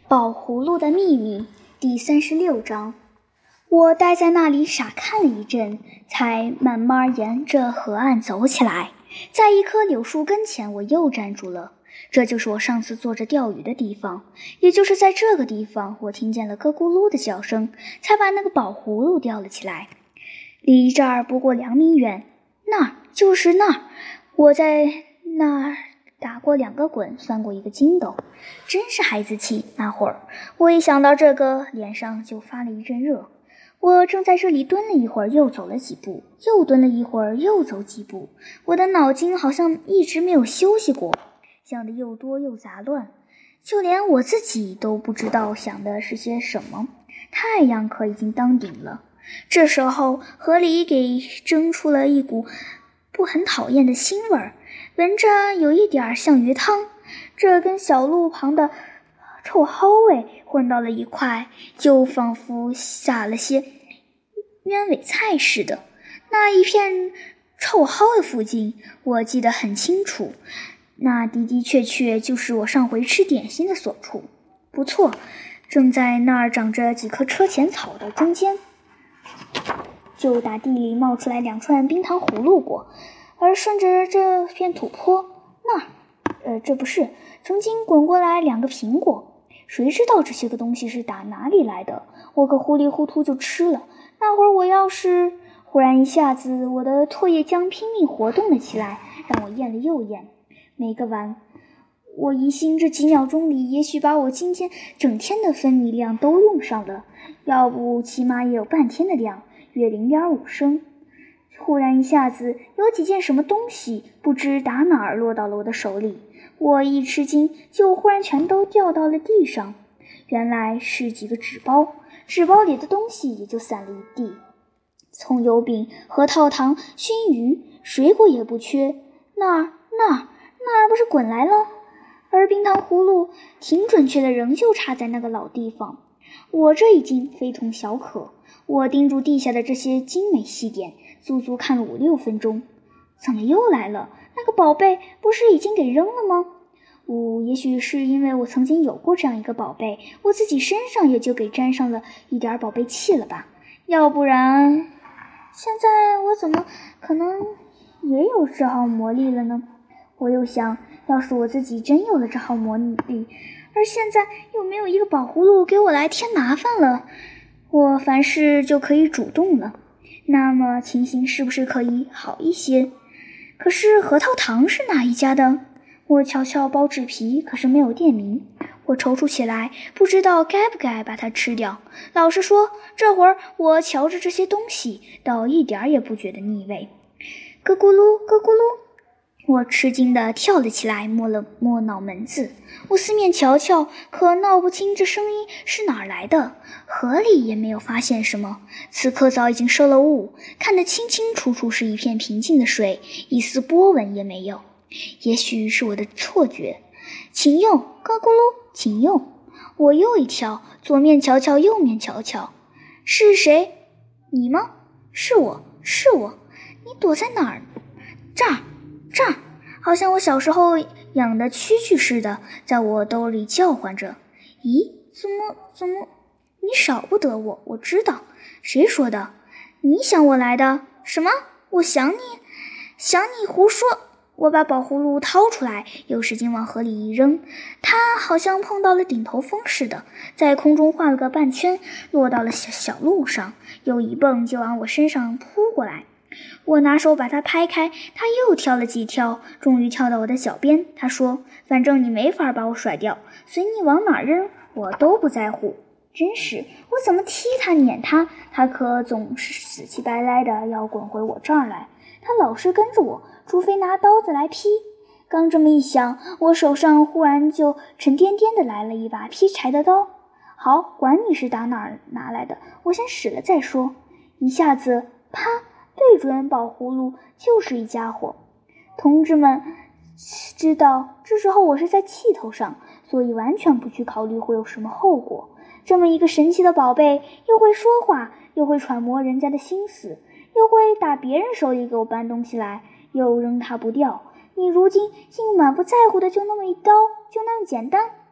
宝葫芦的秘密第36章。我待在那里傻看了一阵，才慢慢沿着河岸走起来。在一棵柳树跟前，我又站住了。这就是我上次坐着钓鱼的地方，也就是在这个地方，我听见了咯咕噜的叫声，才把那个宝葫芦钓了起来。离这儿不过2米远，那儿就是那儿，我在那儿打过2个滚，翻过1个筋斗，真是孩子气。那会儿我一想到这个，脸上就发了一阵热。我正在这里蹲了一会儿，又走了几步，又蹲了一会儿，又走几步，我的脑筋好像一直没有休息过，想的又多又杂乱，就连我自己都不知道想的是些什么。太阳可已经当顶了，这时候河里给蒸出了一股不很讨厌的腥味儿，闻着有一点像鱼汤，这跟小路旁的臭蒿味混到了一块，就仿佛撒了些鸢尾菜似的。那一片臭蒿的附近，我记得很清楚，那的的确确就是我上回吃点心的所处。不错，正在那儿长着几棵车前草的中间，就打地里冒出来2串冰糖葫芦果，而顺着这片土坡，这不是，曾经滚过来2个苹果。谁知道这些个东西是打哪里来的，我可糊里糊涂就吃了。那会儿我要是……忽然一下子，我的唾液浆拼命活动了起来，让我咽了又咽，没个完。我疑心这几秒钟里，也许把我今天整天的分泌量都用上了，要不起码也有半天的量，约0.5升。忽然一下子，有几件什么东西不知打哪儿落到了我的手里，我一吃惊，就忽然全都掉到了地上。原来是几个纸包，纸包里的东西也就散了一地，葱油饼、核桃糖、熏鱼，水果也不缺。那儿不是滚来了？而冰糖葫芦挺准确的，仍旧插在那个老地方。我这已经非同小可，我盯住地下的这些精美细点，足足看了5-6分钟。怎么又来了？那个宝贝不是已经给扔了吗？也许是因为我曾经有过这样一个宝贝，我自己身上也就给沾上了一点宝贝气了吧。要不然现在我怎么可能也有这号魔力了呢？我又想，要是我自己真有了这号魔力，而现在又没有一个宝葫芦给我来添麻烦了，我凡事就可以主动了，那么情形是不是可以好一些？可是核桃糖是哪一家的？我瞧瞧包纸皮，可是没有店名。我踌躇起来，不知道该不该把它吃掉。老实说，这会儿我瞧着这些东西，倒一点也不觉得腻味。咯咕噜，咯咕噜，我吃惊地跳了起来，摸了摸脑门子。我四面瞧瞧，可闹不清这声音是哪儿来的。河里也没有发现什么，此刻早已经收了雾，看得清清楚楚，是一片平静的水，一丝波纹也没有。也许是我的错觉。请用，咯咕噜，请用。我又一跳，左面瞧瞧，右面瞧瞧。是谁？你吗？是我。你躲在哪儿？这儿，好像我小时候养的蛐蛐似的，在我兜里叫唤着。咦，怎么？你少不得我，我知道。谁说的？你想我来的？什么？我想你胡说。我把宝葫芦掏出来，又使劲往河里一扔，它好像碰到了顶头风似的，在空中画了个半圈，落到了小路上，又一蹦就往我身上扑过来。我拿手把它拍开，它又跳了几跳，终于跳到我的脚边。它说：“反正你没法把我甩掉，随你往哪扔，我都不在乎。”真是，我怎么踢它撵它，它可总是死乞白赖的要滚回我这儿来。它老是跟着我，除非拿刀子来劈。刚这么一想，我手上忽然就沉甸甸的来了一把劈柴的刀。好，管你是打哪儿拿来的，我先使了再说。一下子，啪，对准宝葫芦就是一家伙。同志们知道，这时候我是在气头上，所以完全不去考虑会有什么后果。这么一个神奇的宝贝，又会说话，又会揣摩人家的心思，又会打别人手里给我搬东西来，又扔它不掉。你如今竟满不在乎的就那么一刀，就那么简单。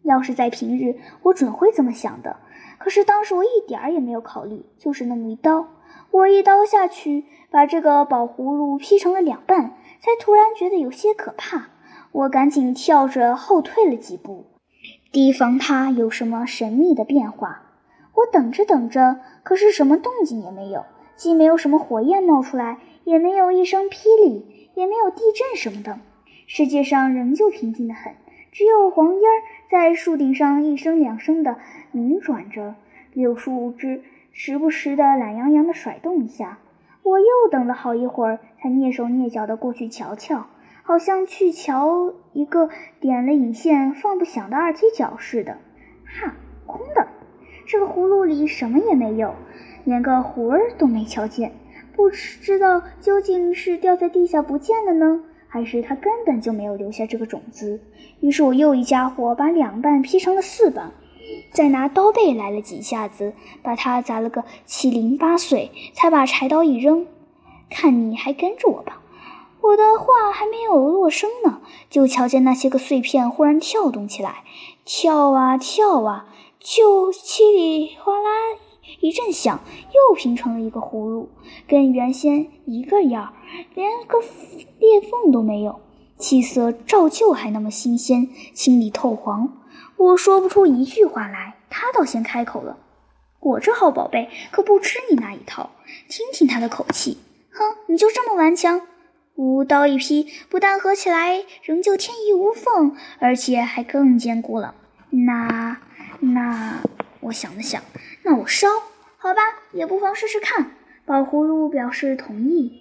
要是在平日，我准会这么想的。可是当时我一点儿也没有考虑，就是那么一刀，我一刀下去，把这个宝葫芦劈成了2半，才突然觉得有些可怕。我赶紧跳着后退了几步，提防它有什么神秘的变化。我等着等着，可是什么动静也没有，既没有什么火焰冒出来，也没有一声霹雳，也没有地震什么的。世界上仍旧平静得很，只有黄莺儿在树顶上一声两声地鸣转着，柳树枝时不时地懒洋洋地甩动一下。我又等了好一会儿，才蹑手蹑脚地过去瞧瞧，好像去瞧一个点了引线放不响的二踢脚似的。哈，空的！这个葫芦里什么也没有，连个核儿都没瞧见。不知道究竟是掉在地下不见了呢，还是它根本就没有留下这个种子。于是我又一家伙把2半劈成了4半，再拿刀背来了几下子，把它砸了个七零八碎，才把柴刀一扔。看你还跟着我吧。我的话还没有落声呢，就瞧见那些个碎片忽然跳动起来，跳啊跳啊，就稀里哗啦一阵响，又拼成了一个葫芦，跟原先一个样，连个裂缝都没有，气色照旧还那么新鲜，清丽透黄。我说不出一句话来，他倒先开口了：“我这好宝贝可不吃你那一套。”听听他的口气，哼，你就这么顽强？吾刀一劈，不但合起来仍旧天衣无缝，而且还更坚固了。那我想了想，那我烧，好吧，也不妨试试看。宝葫芦表示同意。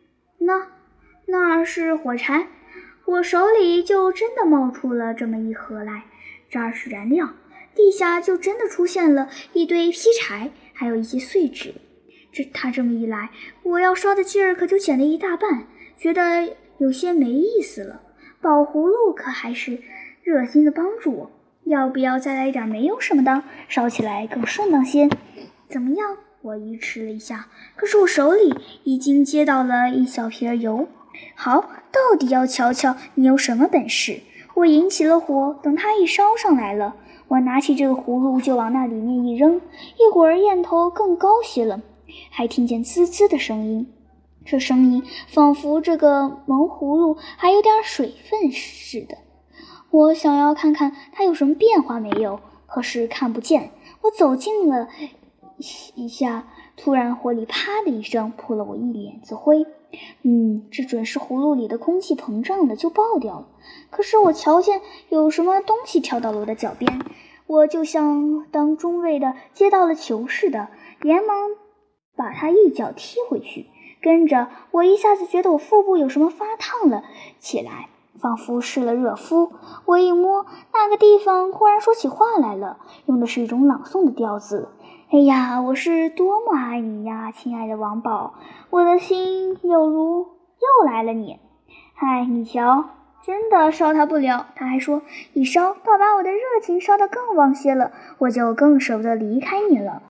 那是火柴，我手里就真的冒出了这么一盒来。这儿是燃料，地下就真的出现了一堆劈柴，还有一些碎纸。他这么一来，我要烧的劲儿可就减了一大半，觉得有些没意思了。宝葫芦可还是热心的帮助我，要不要再来一点煤油什么的，烧起来更顺当些？怎么样？我一吃了一下，可是我手里已经接到了一小瓶油。好，到底要瞧瞧你有什么本事。我引起了火，等它一烧上来了，我拿起这个葫芦就往那里面一扔，一会儿焰头更高些了，还听见滋滋的声音。这声音仿佛这个蒙葫芦还有点水分似的。我想要看看它有什么变化没有，可是看不见。我走近了一下，突然火里啪的一声扑了我一脸子灰。这准是葫芦里的空气膨胀了就爆掉了。可是我瞧见有什么东西跳到了我的脚边，我就像当中尉的接到了球似的，连忙把它一脚踢回去。跟着我一下子觉得我腹部有什么发烫了起来，仿佛施了热敷。我一摸那个地方，忽然说起话来了，用的是一种朗诵的调子。哎呀，我是多么爱你呀，亲爱的王宝，我的心又来了你。嗨，你瞧，真的烧它不了。他还说，一烧倒把我的热情烧得更旺些了，我就更舍不得离开你了。